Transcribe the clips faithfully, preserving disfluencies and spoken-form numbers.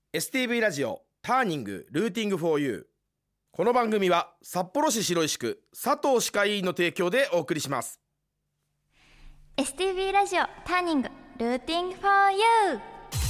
エスティーブイ ラジオターニングルーティングフォーユー。この番組は札幌市白石区佐藤歯科医院の提供でお送りします。 エスティーブイ ラジオターニングルーティングフォーユー。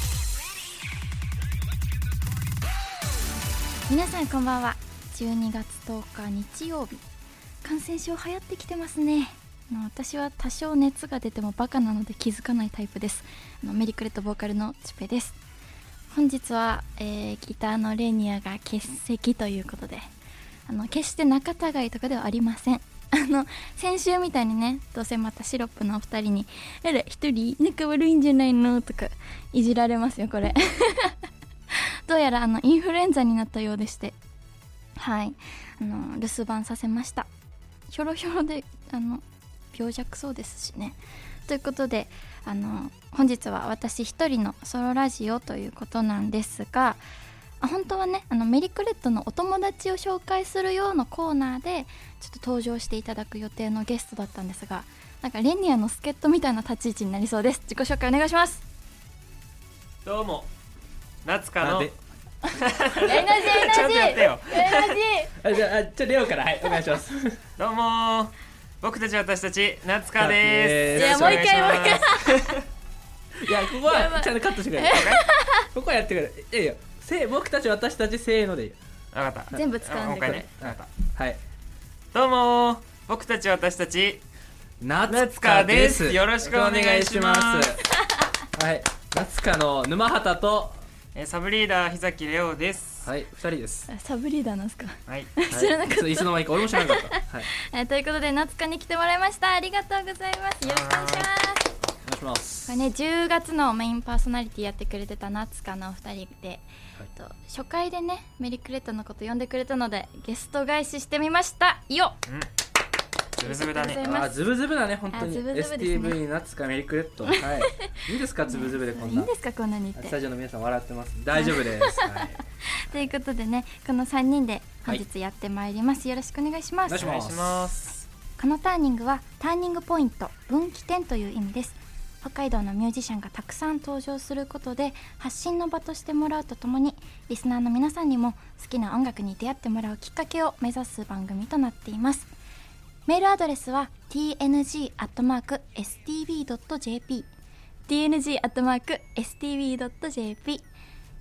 皆さんこんばんは。じゅうにがつとおか日曜日、感染症流行ってきてますね。私は多少熱が出てもバカなので気づかないタイプです。メリクレットボーカルのチュペです。本日は、えー、ギターのレニアが欠席ということで、あの決して仲違いとかではありません。あの先週みたいにね、どうせまたシロップのお二人にあら一人仲悪いんじゃないのとかいじられますよこれどうやらあのインフルエンザになったようでして、はいあの留守番させました。ひょろひょろであの病弱そうですしね。ということであの本日は私一人のソロラジオということなんですが、本当はねあのメリクレットのお友達を紹介するようなコーナーでちょっと登場していただく予定のゲストだったんですが、なんかレニアの助っ人みたいな立ち位置になりそうです。自己紹介お願いします。 どうも夏香のエナジーエナジーちょっとやってよエナジあじゃああちょレオからはいお願いしますどうもー僕たち私たち夏香でーいやもう一回もう一回いやここはちゃんとカットしてくれここはやってくれ。いやいやせ僕たち私たちせーのでいいよ。 分かった。 全部使うんでもう一回ね。分かったはい。 どうもー僕たち私たち夏香ですよろしくお願いしますはい、夏香の沼畑とえーサブリーダー日崎レオです。 はいふたりです。 サブリーダーなんですか。 はい、 知らなかった。 いつの間にか俺も知らなかった。はい、 えー、ということで夏香に来てもらいました。ありがとうございます。よろしくお願いします。 お願いします。 これねじゅうがつのメインパーソナリティやってくれてた夏香のお二人で、はい、と初回でねメリクレットのこと呼んでくれたのでゲスト返ししてみましたよ、うん、 ズブズブだね。 あズブズブだね本当に。 ズブズブですね。 エスティーブイ 夏香メリクレット、はいいいですかズブズブでこんな。 いいんですかこんなに言って。 スタジオの皆さん笑ってます。大丈夫です、はい、 ということでねこのさんにんで本日やってまいります、はい、よろしくお願いします。 お願いします。 このターニングはターニングポイント分岐点という意味です。北海道のミュージシャンがたくさん登場することで発信の場としてもらうとともにリスナーの皆さんにも好きな音楽に出会ってもらうきっかけを目指す番組となっています。メールアドレスは ティーエヌジー アットマーク エスティーブイ ドット ジェーピー ティーエヌジー アットマーク エスティーブイ ドット ジェーピー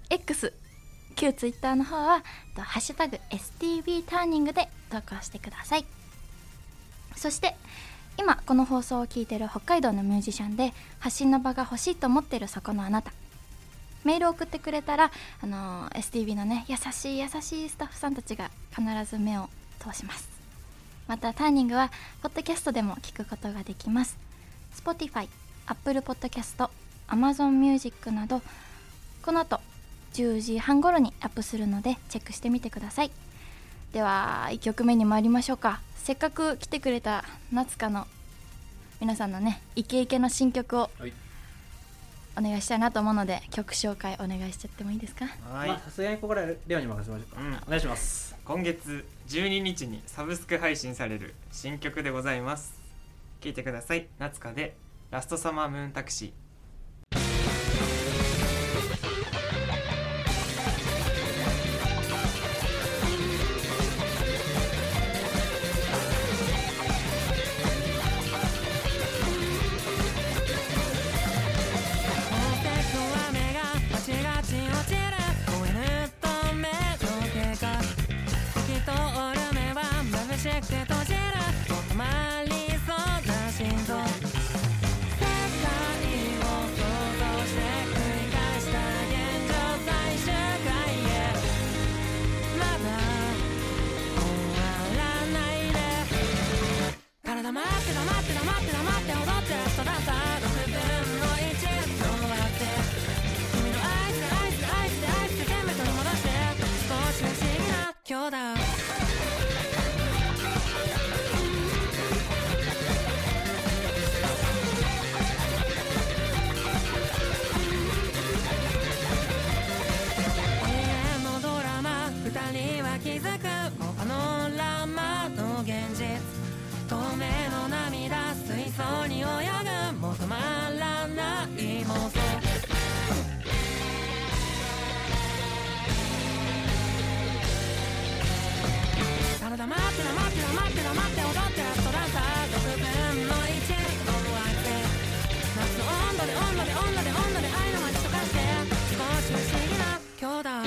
X 旧ツイッターの方はハッシュタグ エスティーブイ ターニングで投稿してください。そして今この放送を聞いている北海道のミュージシャンで発信の場が欲しいと思っているそこのあなた、メールを送ってくれたらあの エスティーブイ のね優しい優しいスタッフさんたちが必ず目を通します。またターニングはポッドキャストでも聞くことができます。 Spotify、Apple Podcast、Amazon Music などこの後じゅうじはん頃にアップするのでチェックしてみてください。ではいっきょくめに参りましょうか。せっかく来てくれた夏香の皆さんのねイケイケの新曲をお願いしたいなと思うので、曲紹介お願いしちゃってもいいですか。 はい、 さすがにここらレオに任せましょうか、うん、お願いします。 今月じゅうににちにサブスク配信される新曲でございます。聴いてください。夏香でラストサマームーンタクシー。 だ待ってろ待ってろ待ってろ待って踊ってラストダンサーろくぶんのいちゴムワイプ夏の温度で温度で温度で温度で愛の街と化して少し不思議な今日だ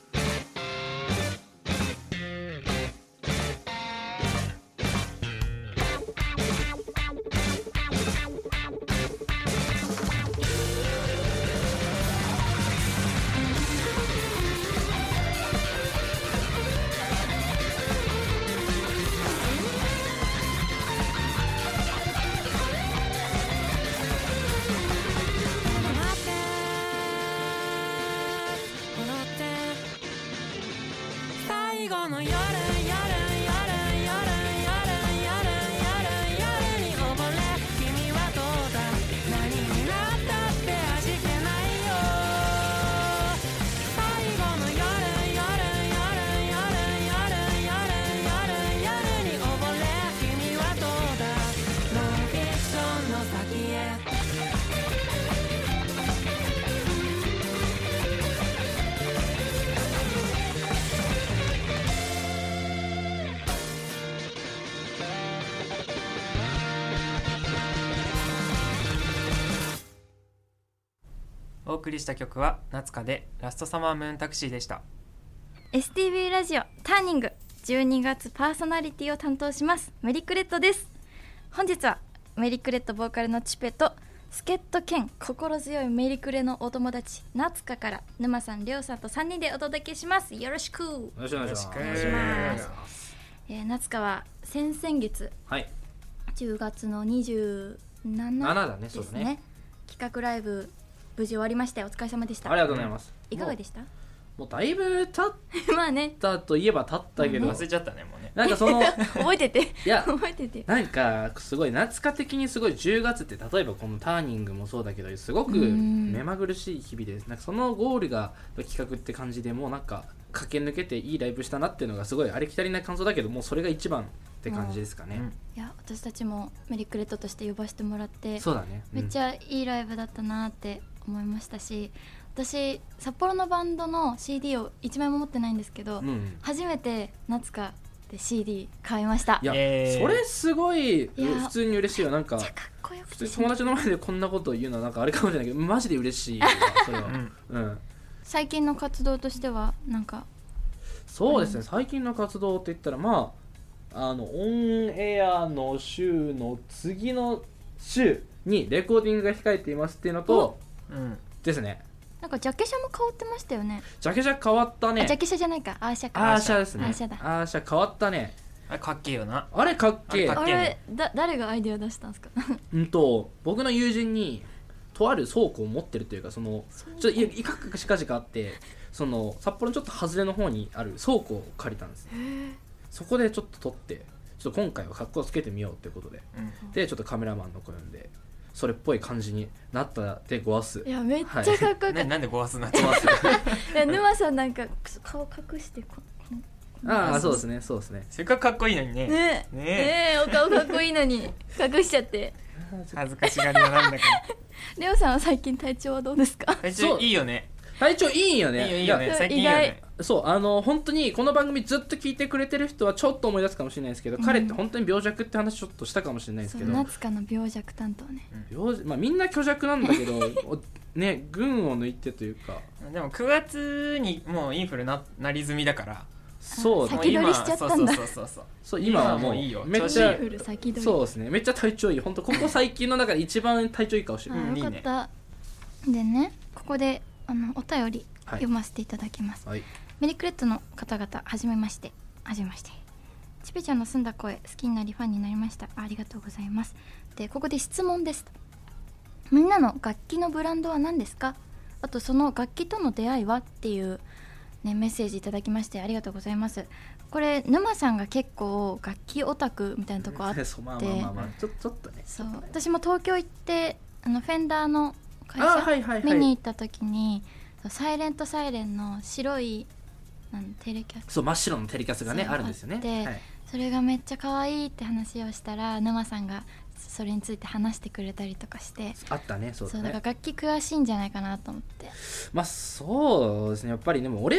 最後の夜夜夜夜夜夜夜夜に溺れ君はどうだ何になったって味気ないよ最後の夜夜夜夜夜夜夜夜に溺れ君はどうだノンフィクションの先へお送りした曲は夏香でラストサマームーンタクシーでした。 エスティービー ラジオターニングじゅうにがつパーソナリティを担当しますメリクレットです。本日はメリクレットボーカルのチペと助っ人兼心強いメリクレのお友達夏香から沼さん、りょうさんとさんにんでお届けします。よろしくよろしくお願いします。 よろしくお願いします。えー、夏香は先々月、 はい、 じゅうがつのにじゅうななななだね、 ですね。 そうだね。 企画ライブ無事終わりましてお疲れ様でした。 ありがとうございます。 いかがでした？ もうだいぶ経っまあね、 たといえば経ったけど、 忘れちゃったねもうね。 なんかその覚えてていや覚えててなんかすごい夏香的にすごいじゅうがつって例えばこのターニングもそうだけどすごくうん目まぐるしい日々です。なんかそのゴールが企画って感じでもうなんか駆け抜けていいライブしたなっていうのがすごいありきたりな感想だけどもうそれが一番って感じですかね。 うんいや私たちもメリクレットとして呼ばせてもらってそうだね、うん、 めっちゃいいライブだったなって思いましたし、私札幌のバンドの シーディー をいちまいも持ってないんですけど、 うん、 初めて夏香で シーディー 買いました。 いや、 えーそれすごいいや普通に嬉しいよ。なんかめっちゃかっこよくて普通に友達の前でこんなことを言うのはなんかあれかもしれないけどマジで嬉しいそれは、 うんうん最近の活動としてはなんかそうですね、最近の活動って言ったらまああのオンエアの週の次の週にレコーディングが控えていますっていうのとうんですね。 なんかジャケ写も変わってましたよね。 ジャケ写変わったね。 あジャケ写じゃないかアーシャか。 アーシャですね。 アーシャだ。 アーシャ変わったね。 あれかっけえよな。 あれかっけえ。 あれかっけえあれだ誰がアイデア出したんですか？ うんと僕の友人にとある倉庫を持ってるというかそのちょっといいかかしかじかあってその札幌のちょっと外れの方にある倉庫を借りたんです。そこでちょっと撮ってちょっと今回は格好つけてみようってことで、 うんでちょっとカメラマンの子呼んでそれっぽい感じになったでごわす。 いやめっちゃかっこよかった。 ななんでごわすなってごわすいや沼さんなんか顔隠してここのこのああそうですねそうですね。 せっかくかっこいいのにね。 ねえねねえお顔かっこいいのに隠しちゃって。 恥ずかしがり屋なんだからレオさんは最近体調はどうですか？ 体調いいよね。 体調いいよね。 いいよいいよねや最近いいよね。 そうあの本当にこの番組ずっと聞いてくれてる人はちょっと思い出すかもしれないですけど、 うん彼って本当に病弱って話ちょっとしたかもしれないですそうけど、 夏香の病弱担当ね。 病弱まあみんな虚弱なんだけどおね群を抜いてというかでもくがつにもうインフルななり済みだからそう先取りしちゃったんだそうそうそうそうそう今はもう今はもういいよめっちゃ調子いいフル先取り。 そうですねめっちゃ体調いい本当ここ最近の中で一番体調いい顔してる、 あうんよかった。でねここであのお便りはい読ませていただきます。 はいメリクレットの方々はじめましてはじめまして。ちぺちゃんの澄んだ声好きになりファンになりました。ありがとうございます。でここで質問です。みんなの楽器のブランドは何ですか？あとその楽器との出会いはっていう、ね、メッセージいただきましてありがとうございます。これ沼さんが結構楽器オタクみたいなとこあってそうまあまあまあまあちょちょっとねそう私も東京行ってあのフェンダーの会あ社はいはいはい見に行った時にサイレントサイレンの白いなんテレキャスそう真っ白のテレキャスがねそうあるんですよねではいそれがめっちゃ可愛いって話をしたら沼さんがそれについて話してくれたりとかしてあったねそうだねそうだから楽器詳しいんじゃないかなと思って。 まあそうですねやっぱりでも俺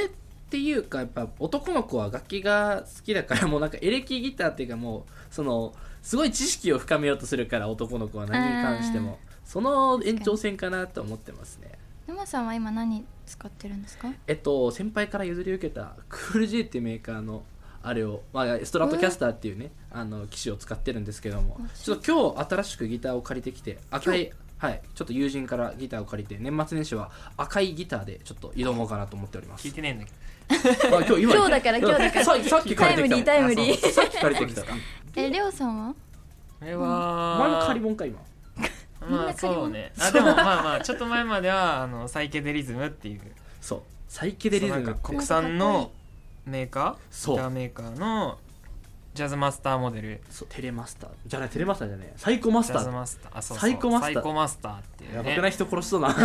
っていうかやっぱ男の子は楽器が好きだからもうなんかエレキギターっていうかもうそのすごい知識を深めようとするから男の子は何に関してもその延長線かなと思ってますね。 沼さんは今何使ってるんですか？ えっと先輩から譲り受けたクール J っていうメーカーのあれを、まあ、ストラトキャスターっていうね、あの機種を使ってるんですけども、ちょっと今日新しくギターを借りてきて赤い、はい、ちょっと友人からギターを借りて年末年始は赤いギターでちょっと挑もうかなと思っております。 聞いてねえんだけあ今日今今日だから今日だからささっき借りてきたタイムリータイムリーあそうさっき借りてきたえレオさんは？ どこれお前もは借りもんか今まあそうねあでもまあまあちょっと前まではあのサイケデリズムっていうそうサイケデリズムそうなんか国産のメーカーそうギターメーカーのジャズマスターモデルそうテレマスターじゃないテレマスターじゃねえサイコマスジャズターマスターあそうそうサイコマスターサイコマスターっていうねやばくない人殺しそうな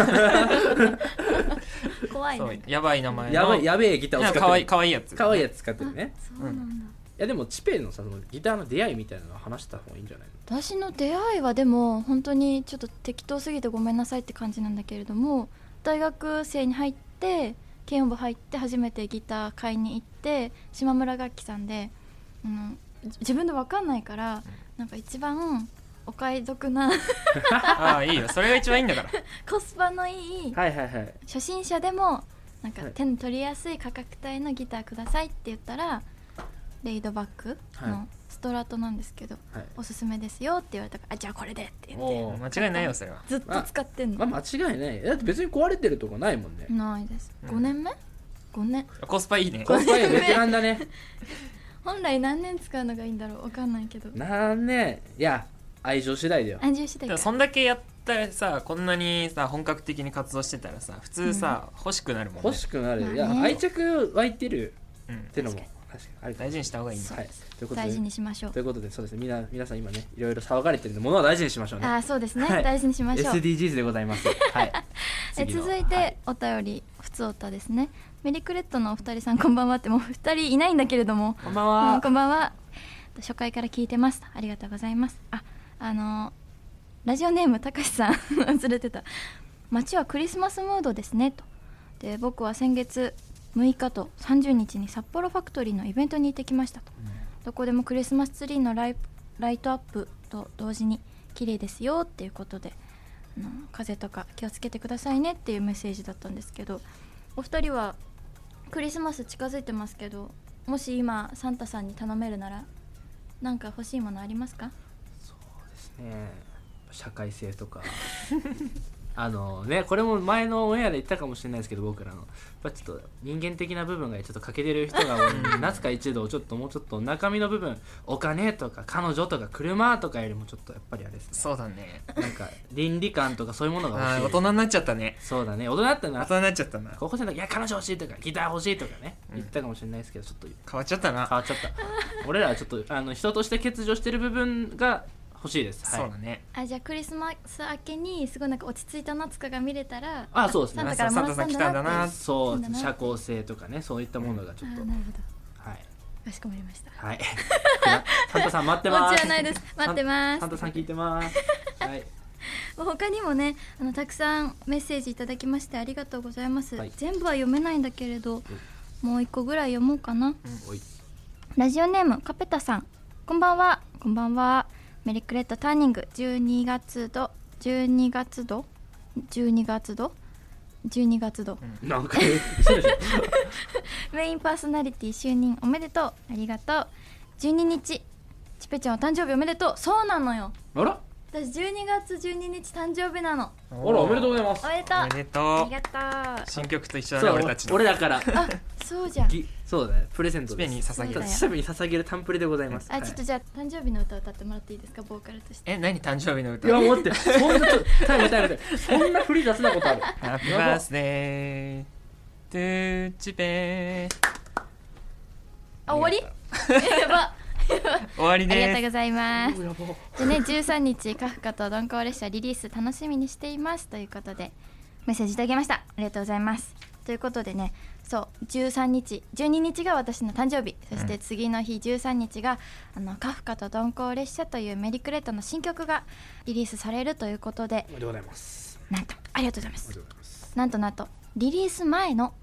そう怖いね。 やばい名前のやばいやべえギターを使ってるかわいいかわいいやつかわいいやつ使ってるねそうなんだ。 いやでもチペのさそのギターの出会いみたいなの話した方がいいんじゃないの？ 私の出会いはでも本当にちょっと適当すぎてごめんなさいって感じなんだけれども、大学生に入って軽音部入って初めてギター買いに行って島村楽器さんで、うん、自分で分かんないからなんか一番お買い得なああいいよそれが一番いいんだからコスパのいいはいはいはい初心者でもなんかはい手に取りやすい価格帯のギターくださいって言ったらレイドバックのストラトなんですけど、 はいおすすめですよって言われたからあじゃあこれでって言っておー間違いないよそれはずっと使ってんの、 まあ間違いないだって別に壊れてるとこないもんねないですうんごねんめごねんコスパいいねコスパいいベテランだね本来何年使うのがいいんだろうわかんないけどなんねいや愛情次第だよ安住してでもそんだけやったらさこんなにさ本格的に活動してたらさ普通さ、欲しくなるもんね欲しくなる、いやまあね愛着湧いてるうんってのも確かにあるかも大事にした方がいいんだはいということで大事にしましょうということでそうですねみな皆さん今ねいろいろ騒がれてるんで物は大事にしましょうねあーそうですね、 はい大事にしましょうエスディージーズ でございますはいえ次の続いて、 はいお便りふつおたですねメリクレットのお二人さんこんばんはってもうふたりいないんだけれどもこんばんうんはこんばんは初回から聞いてますありがとうございますああのラジオネームたかしさん忘れてた街はクリスマスムードですねとで僕は先月むいかとさんじゅうにちに札幌ファクトリーのイベントに行ってきましたと、どこでもクリスマスツリーのライライトアップと同時に綺麗ですよっていうことであの風邪とか気をつけてくださいねっていうメッセージだったんですけどお二人はクリスマス近づいてますけどもし今サンタさんに頼めるなら何か欲しいものありますか？ ですね社会性とかあのねこれも前のオンエアで言ったかもしれないですけど僕らのやっぱちょっと人間的な部分がちょっと欠けてる人が多いんで夏か一度ちょっともうちょっと中身の部分お金とか彼女とか車とかよりもちょっとやっぱりあれですねそうだねなんか倫理観とかそういうものが欲しいあー大人になっちゃったねそうだね大人だったな大人になっちゃったな高校生の時いや彼女欲しいとかギター欲しいとかね、 うん言ったかもしれないですけどちょっと変わっちゃったな変わっちゃった俺らはちょっとあの人として欠如してる部分が欲しいです、はい、 そうだねあじゃあクリスマス明けにすごいなんか落ち着いた夏かが見れたらあそうですねサンタからもらったんだなってサンタさん来たんだなそういいんだな社交性とかねそういったものがちょっと、 あーなるはいほどかしこまりましたはいサンタさん待ってますもちろんないです待ってますサンタさん聞いてますはい他にもねあのたくさんメッセージいただきましてありがとうございます、 はい全部は読めないんだけれどもう一個ぐらい読もうかな、 おいラジオネームカペタさんこんばんはこんばんはメリクレットターニングじゅうにがつ度じゅうにがつ度じゅうにがつ度じゅうにがつ度なんか嘘でしょメインパーソナリティ就任おめでとうありがとうじゅうににちちぺちゃんお誕生日おめでとうそうなのよあら私じゅうにがつじゅうににち誕生日なのあらおめでとうございますおめでとうおめであとりがとうう新曲と一緒だそうね俺たちの俺だからあそうじゃんぎそうだねプレゼントチペに捧げるそうだよチペに捧げるタンプレでございますあちょっとじゃあ誕生日の歌歌ってもらっていいですかボーカルとしてえ何誕生日の歌いや待ってそんなちょタイムタイムタイムそんな振り出せなことあるハッピーバースデートゥーチペあ終わりやば終わりありがとうでございますやばでねじゅうさんにちカフカと鈍行列車リリース楽しみにしていますということでメッセージいただきましたありがとうございますということでねそうじゅうさんにちじゅうににちが私の誕生日そして次の日じゅうさんにちがあのカフカと鈍行列車というメリクレットの新曲がリリースされるということでおめでとうございますなんとありがとうございまおめすでとうございますなんとなんとリリース前の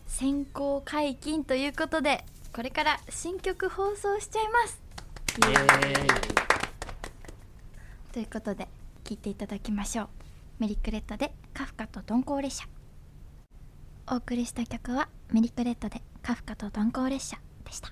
先行解禁ということで、これから新曲放送しちゃいます。 イエーイ。 ということで聴いていただきましょう。メリクレットでカフカと鈍行列車。お送りした曲はメリクレットでカフカと鈍行列車でした。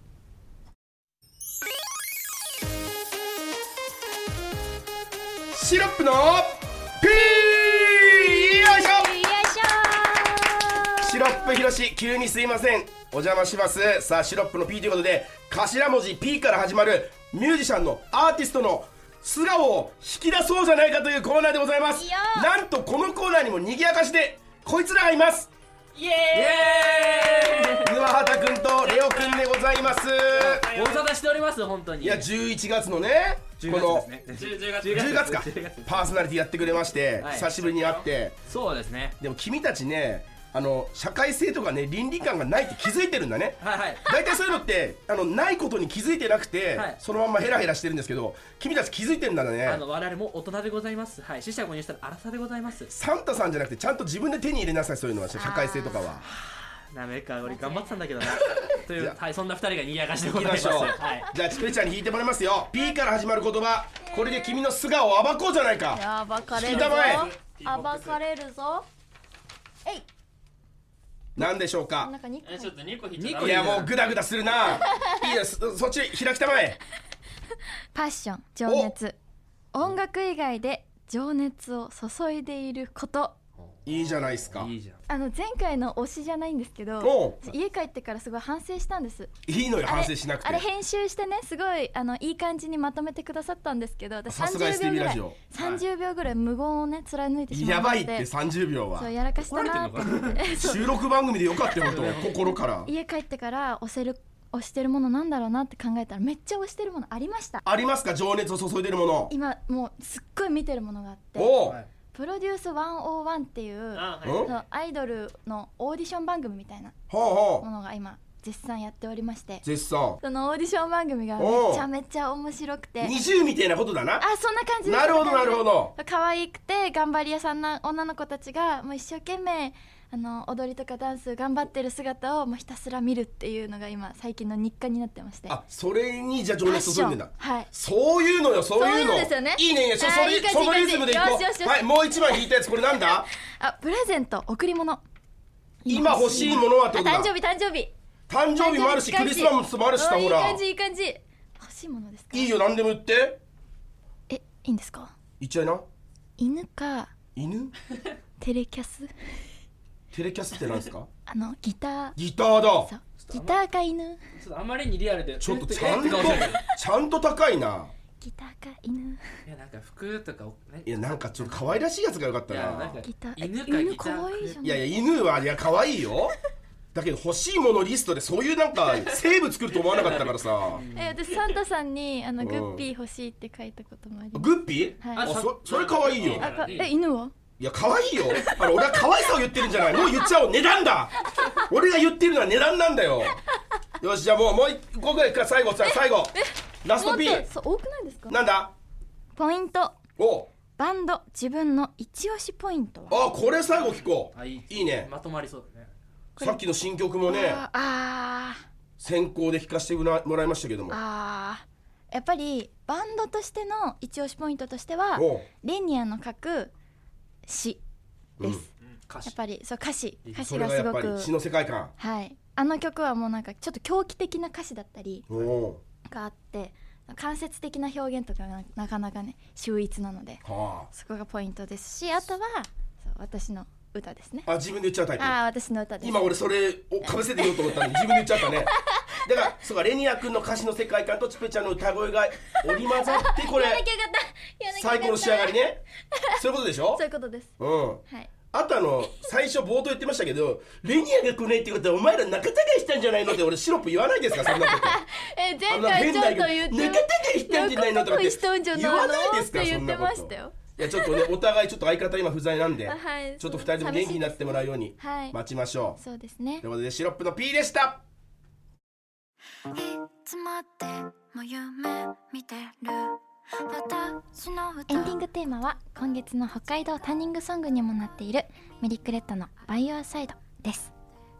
シロップのピー、よいしょ。 よいしょ。 シロップひろし、急にすいません、お邪魔します。さあシロップの P ということで、頭文字 P から始まるミュージシャンのアーティストの素顔を引き出そうじゃないかというコーナーでございます。 いいよ。 なんとこのコーナーにも賑やかしでこいつらがいます。 イエーイ。 沼畑くんとレオくんでございます。 ご無沙汰しております本当に。 いやじゅういちがつのね、このじゅうがつじゅうがつかパーソナリティやってくれまして、 はい、 久しぶりに会って。 そうですね。 でも君たちね、あの社会性とかね倫理観がないって気づいてるんだね。 はいはい。 大体そういうのってあのないことに気づいてなくて、はい、そのまんまヘラヘラしてるんですけど、君たち気づいてるんだね。 あの我々も大人でございます。はい。死者誤入したら荒さでございます。 サンタさんじゃなくてちゃんと自分で手に入れなさい、そういうのは。社会性とかはなめか、俺頑張ってたんだけどなという、はい、そんなふたりが賑やかしてございます。 いきましょう、 はい、 じゃあちくりちゃんに弾いてもらいますよ。 P から始まる言葉、これで君の素顔を暴こうじゃないか。 いや暴かれるぞ、暴かれるぞ。えい、 何でしょうか。 なんかにこえちょっとにこ引いちゃダメ。 いやもうグダグダするな。いいです、そっち開きたまえ。 パッション、情熱、音楽以外で情熱を注いでいること。 いいじゃないですか。 いいじゃん。 あの前回の推しじゃないんですけど、 お家帰ってからすごい反省したんです。 いいのよ、反省しなくて。 あれ編集してね、すごいあのいい感じにまとめてくださったんですけど、私さすが エスティービー ラジオさんじゅうびょうぐらい無言をね貫いてしまって、 やばいってさんじゅうびょうはそうやらかしたなと思って収録番組でよかったよと心から。 家帰ってから押せる押してるものなんだろうなって考えたら、めっちゃ押してるものありました。 ありますか、情熱を注いでるもの。 今もうすっごい見てるものがあって、 おう、 はい、 プロデュースひゃくいちっていうあはいうんそうアイドルのオーディション番組みたいなほうほう、 ものが今絶賛やっておりまして、 絶賛そのオーディション番組がめちゃめちゃ面白くて、 にじゅうみたいなことだな。 あ、そんな感じです。 なるほどなるほど。 可愛くて頑張り屋さんな女の子たちがもう一生懸命あの踊りとかダンス頑張ってる姿をもうひたすら見るっていうのが今最近の日課になってまして、 あ、それにじゃあ情熱注いでんだ。 はい、 そういうのよ、そういうの。 そういうのですよね。 いいね、いいね、そそれあーいい感じそのリズムでいこよしよしよしう。はい、もう一枚弾いたやつ、これなんだ。 あ、プレゼント、贈り物。 今欲しいものはってことだ。 あ、誕生日誕生日誕生日もあるし、クリスマスもあるしさ、 うんほら。 いい感じいい感じ。欲しいものですか。 いいよ、何でも言って。 え、いいんですか。 言っちゃいな。 犬か犬。 テレキャス。 テレキャスってなんですか。 あのギター。 ギターだ。 そう、ギターか犬。 ちょっとあまりにリアルでちょっとちゃんとえって顔してるちゃんと高いな。 ギターか犬。 いやなんか服とかね、 いや、なんかちょっと可愛らしいやつがよかったないやなんか。 ギター。 犬か犬ギター可愛いじゃん。 いやいや、犬はいや可愛いよ。だけど欲しいものリストでそういうなんか生物作ると思わなかったからさ。 え、私サンタさんにあのうんグッピー欲しいって書いたこともあります。 グッピー。 はいあ、そそれ可愛いよ。 あ、かえ、犬は。 いや、可愛いよ。あの俺は可愛さを言ってるんじゃない。もう言っちゃおう。値段だ。俺が言ってるのは値段なんだよ。よし、じゃあもうもう一個ぐらいから最後さ、最後ラスト P。 もっとそう多くないですか。 なんだ。 ポイント。 お、 バンド自分の一押しポイントは。 あ、これ最後聞こう。 あ、いいいいね。 まとまりそうだね。 さっきの新曲もね、 あーあ先行で弾かせてもらもらいましたけども。 ーあー、やっぱりバンドとしての一押しポイントとしてはおう、 レニアの書く詩です、 うん歌詞やっぱりそう歌詞歌詞それがやっぱがすごくり詩の世界観。 はい、あの曲はもうなんかちょっと狂気的な歌詞だったりおおがあって、間接的な表現とかがなかなかね秀逸なので、 ー。はそこがポイントですし、あとはそう私の歌ですね。 あ。あ、自分で言っちゃうタイプ。 ああ、私の歌です。 今俺それをかぶせて言おうと思ったのに自分で言っちゃったね。だからそうか、レニア君の歌詞の世界観とチペちゃんの歌声が織り交ざってこれやらなきゃよかったやらなきゃよかった最高の仕上がりね。そういうことでしょそういうことです。 うん。 はい。 あとあの最初冒頭言ってましたけど、レニアが来ないってことはお前ら仲違いしたんじゃないのって俺シロップ言わないですか、そんなことえ、前回ちょっと言って仲違いしたんじゃないのとかってしたんじゃない言のわないですか、 って言ってそんなこと。 ましたよ。 いやちょっとね、お互いちょっと相方今不在なんで、 はい、 ちょっと二人とも元気になってもらうようにはい、 待ちましょう。 そうですねという。ことでシロップの P でした。 いつまでも夢見てる私の歌エンディングテーマは今月の北海道ターニングソングにもなっているメリクレットのバイオーサイドです。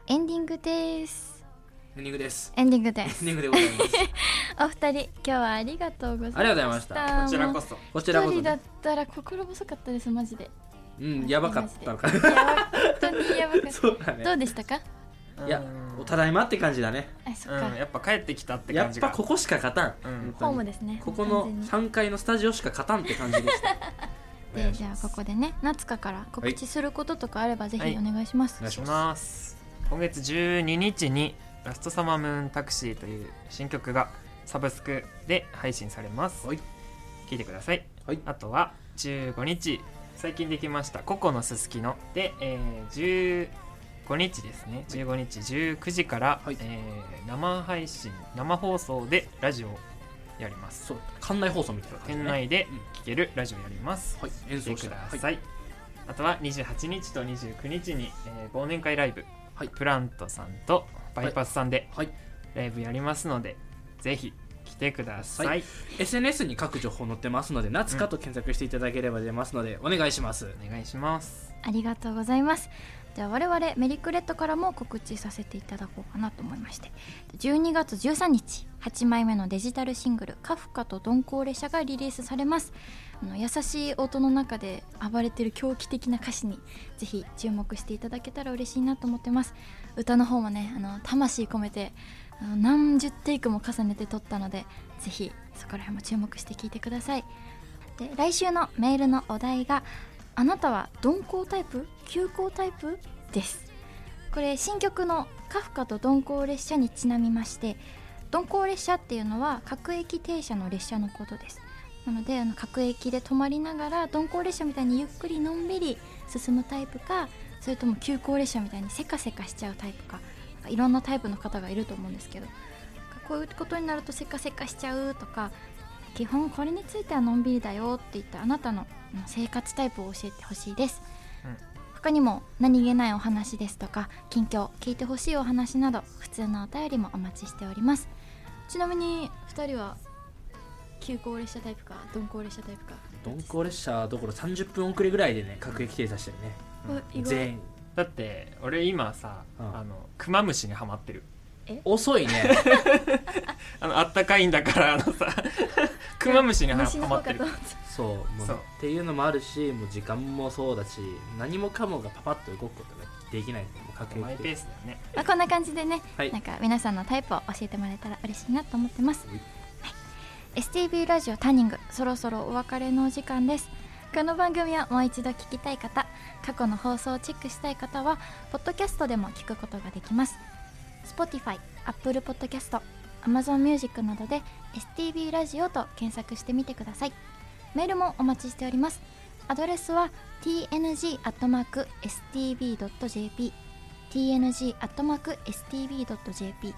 エンディングです。 エンディングですエンディングですエンディングでございますお二人今日はありがとうございました。 ありがとうございましたこちらこそ。 こちらこそ一人だっねたら心細かったですマジで。 うんやばかったのかいや本当にやばかったそうだねどうでしたか？ いやうんただいまって感じだね。 あそっか、 うん、やっぱ帰ってきたってや感じが。 っぱここしか勝たん、 うんホームですね。 ここの完全にさんがいのスタジオしか勝たんって感じでしたでじゃあここでね夏香から告知することとかあればぜひお願いします。 お願いしします今月じゅうににちにラストサマームーンタクシーという新曲がサブスクで配信されます。 はい聴いてください。 はいあとはじゅうごにち最近できましたココのすすきので、えー、じゅうごにちですねじゅうごにちじゅうくじから、 はいえー生配信生放送でラジオをやります。 そう館内放送みたいな感じ、ね、 店内で聴けるラジオやります。 はい演奏して来てください、あとはにじゅうはちにちとにじゅうくにちに、えー忘年会ライブ、 はいプラントさんとバイパスさんではいライブやりますので、ぜひ来てください、 はい エスエヌエス に各情報載ってますので夏かと検索していただければ出ますので、お願いします。 お願いします。 ありがとうございます。では我々メリクレットからも告知させていただこうかなと思いまして、じゅうにがつじゅうさんにちはちまいめのデジタルシングルカフカと鈍行列車がリリースされます。あの優しい音の中で暴れてる狂気的な歌詞にぜひ注目していただけたら嬉しいなと思ってます。歌の方もねあの魂込めてあの何十テイクも重ねて撮ったのでぜひそこら辺も注目して聴いてください。で来週のメールのお題があなたは鈍行タイプ急行タイプです。これ新曲のカフカと鈍行列車にちなみまして、鈍行列車っていうのは各駅停車の列車のことです。なのであの各駅で止まりながら鈍行列車みたいにゆっくりのんびり進むタイプか、それとも急行列車みたいにせかせかしちゃうタイプか、なんかいろんなタイプの方がいると思うんですけど、こういうことになるとせかせかしちゃうとか、基本これについてはのんびりだよって言ったあなたの生活タイプを教えてほしいです、うん、他にも何気ないお話ですとか近況聞いてほしいお話など普通のお便りもお待ちしております。ちなみにふたりは急行列車タイプか鈍行列車タイプか。 鈍行列車どころさんじゅっぷん遅れぐらいでね各駅停車してるね、 うん、 全員だって俺今さ、 うん、 あのクマムシにハマってる。 遅いねあのあったかいんだからあのさクマムシにハ虫のマってる。 方かと思った。 そうもうそうっていうのもあるし、もう時間もそうだし何もかもがパパッと動くことができないのでもう各マイ駅停ペースだよね。 まあ、こんな感じでね、 はいなんか皆さんのタイプを教えてもらえたら嬉しいなと思ってます、 はいはい、エスティービー ラジオターニングそろそろお別れのお時間です。この番組をもう一度聞きたい方、過去の放送をチェックしたい方はポッドキャストでも聞くことができます。 Spotify、Apple Podcast、Amazon Music などで エスティービー ラジオと検索してみてください。メールもお待ちしております。アドレスは ティーエヌジー アットマーク エスティービー ドット ジェーピー ティーエヌジー アットマーク エスティービー ドット ジェーピー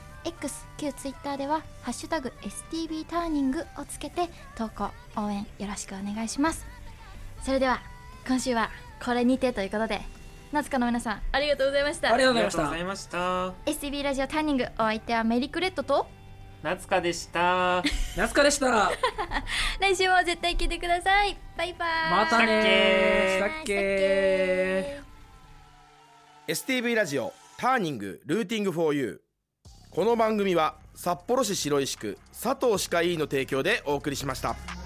X、旧 Twitter ではハッシュタグ エスティービー ターニングをつけて投稿応援よろしくお願いします。それでは今週はこれにてということで、夏香の皆さんありがとうございました。 ありがとうありございましがとうございました。 エスティービー ラジオターニング、お相手はメリクレットと夏香でした。 た。夏香でした来週も絶対聞いてください。バイバイ。 またねしたっしたっけー。 エスティービー ラジオターニングルーティングフォーユー。この番組は札幌市白石区佐藤歯科医院の提供でお送りしました。